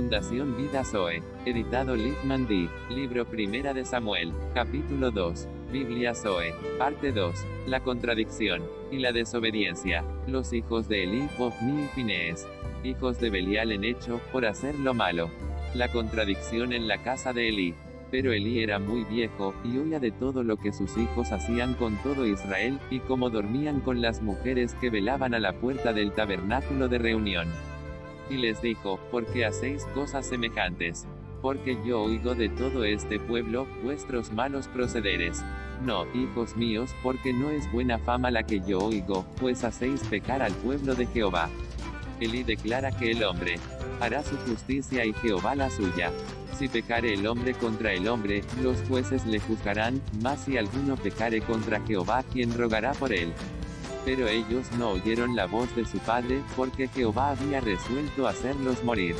Fundación Vida Zoe. Editado Littman D. Libro Primera de Samuel. Capítulo 2. Biblia Zoe. Parte 2. La contradicción y la desobediencia. Los hijos de Elí, Ofni y Finees. Hijos de Belial en hecho, por hacer lo malo. La contradicción en la casa de Elí. Pero Elí era muy viejo, y oía de todo lo que sus hijos hacían con todo Israel, y cómo dormían con las mujeres que velaban a la puerta del tabernáculo de reunión. Y les dijo, ¿por qué hacéis cosas semejantes? Porque yo oigo de todo este pueblo, vuestros malos procederes. No, hijos míos, porque no es buena fama la que yo oigo, pues hacéis pecar al pueblo de Jehová. Elí declara que el hombre hará su justicia y Jehová la suya. Si pecare el hombre contra el hombre, los jueces le juzgarán, mas si alguno pecare contra Jehová, ¿quién rogará por él? Pero ellos no oyeron la voz de su padre, porque Jehová había resuelto hacerlos morir.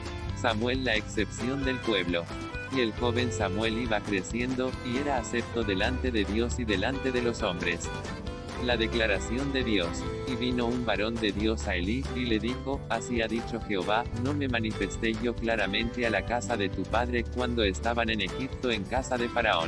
Samuel la excepción del pueblo. Y el joven Samuel iba creciendo, y era acepto delante de Dios y delante de los hombres. La declaración de Dios. Y vino un varón de Dios a Elí, y le dijo, así ha dicho Jehová, ¿no me manifesté yo claramente a la casa de tu padre cuando estaban en Egipto en casa de Faraón?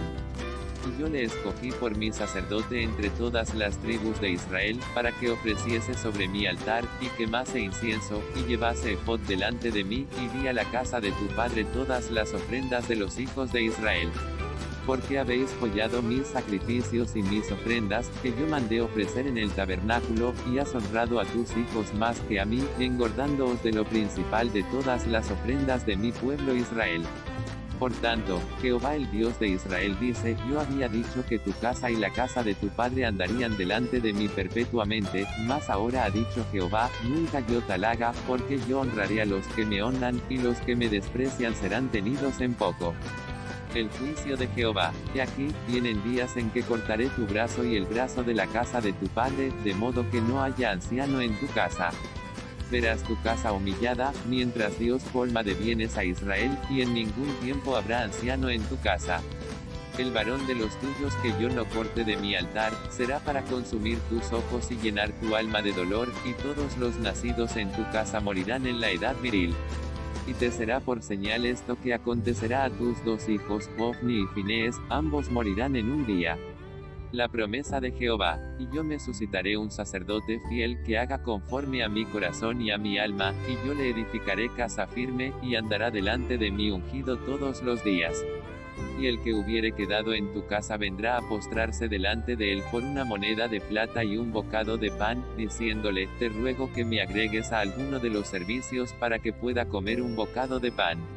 Y yo le escogí por mi sacerdote entre todas las tribus de Israel, para que ofreciese sobre mi altar, y quemase incienso, y llevase ephod delante de mí, y di a la casa de tu padre todas las ofrendas de los hijos de Israel. Porque habéis follado mis sacrificios y mis ofrendas, que yo mandé ofrecer en el tabernáculo, y has honrado a tus hijos más que a mí, engordándoos de lo principal de todas las ofrendas de mi pueblo Israel. Por tanto, Jehová el Dios de Israel dice, yo había dicho que tu casa y la casa de tu padre andarían delante de mí perpetuamente, mas ahora ha dicho Jehová, nunca yo tal haga, porque yo honraré a los que me honran, y los que me desprecian serán tenidos en poco. El juicio de Jehová. He aquí, vienen días en que cortaré tu brazo y el brazo de la casa de tu padre, de modo que no haya anciano en tu casa. Verás tu casa humillada, mientras Dios colma de bienes a Israel, y en ningún tiempo habrá anciano en tu casa. El varón de los tuyos que yo no corte de mi altar, será para consumir tus ojos y llenar tu alma de dolor, y todos los nacidos en tu casa morirán en la edad viril. Y te será por señal esto que acontecerá a tus dos hijos, Ofni y Finees, ambos morirán en un día. La promesa de Jehová, y yo me suscitaré un sacerdote fiel que haga conforme a mi corazón y a mi alma, y yo le edificaré casa firme, y andará delante de mí ungido todos los días. Y el que hubiere quedado en tu casa vendrá a postrarse delante de él por una moneda de plata y un bocado de pan, diciéndole, te ruego que me agregues a alguno de los servicios para que pueda comer un bocado de pan.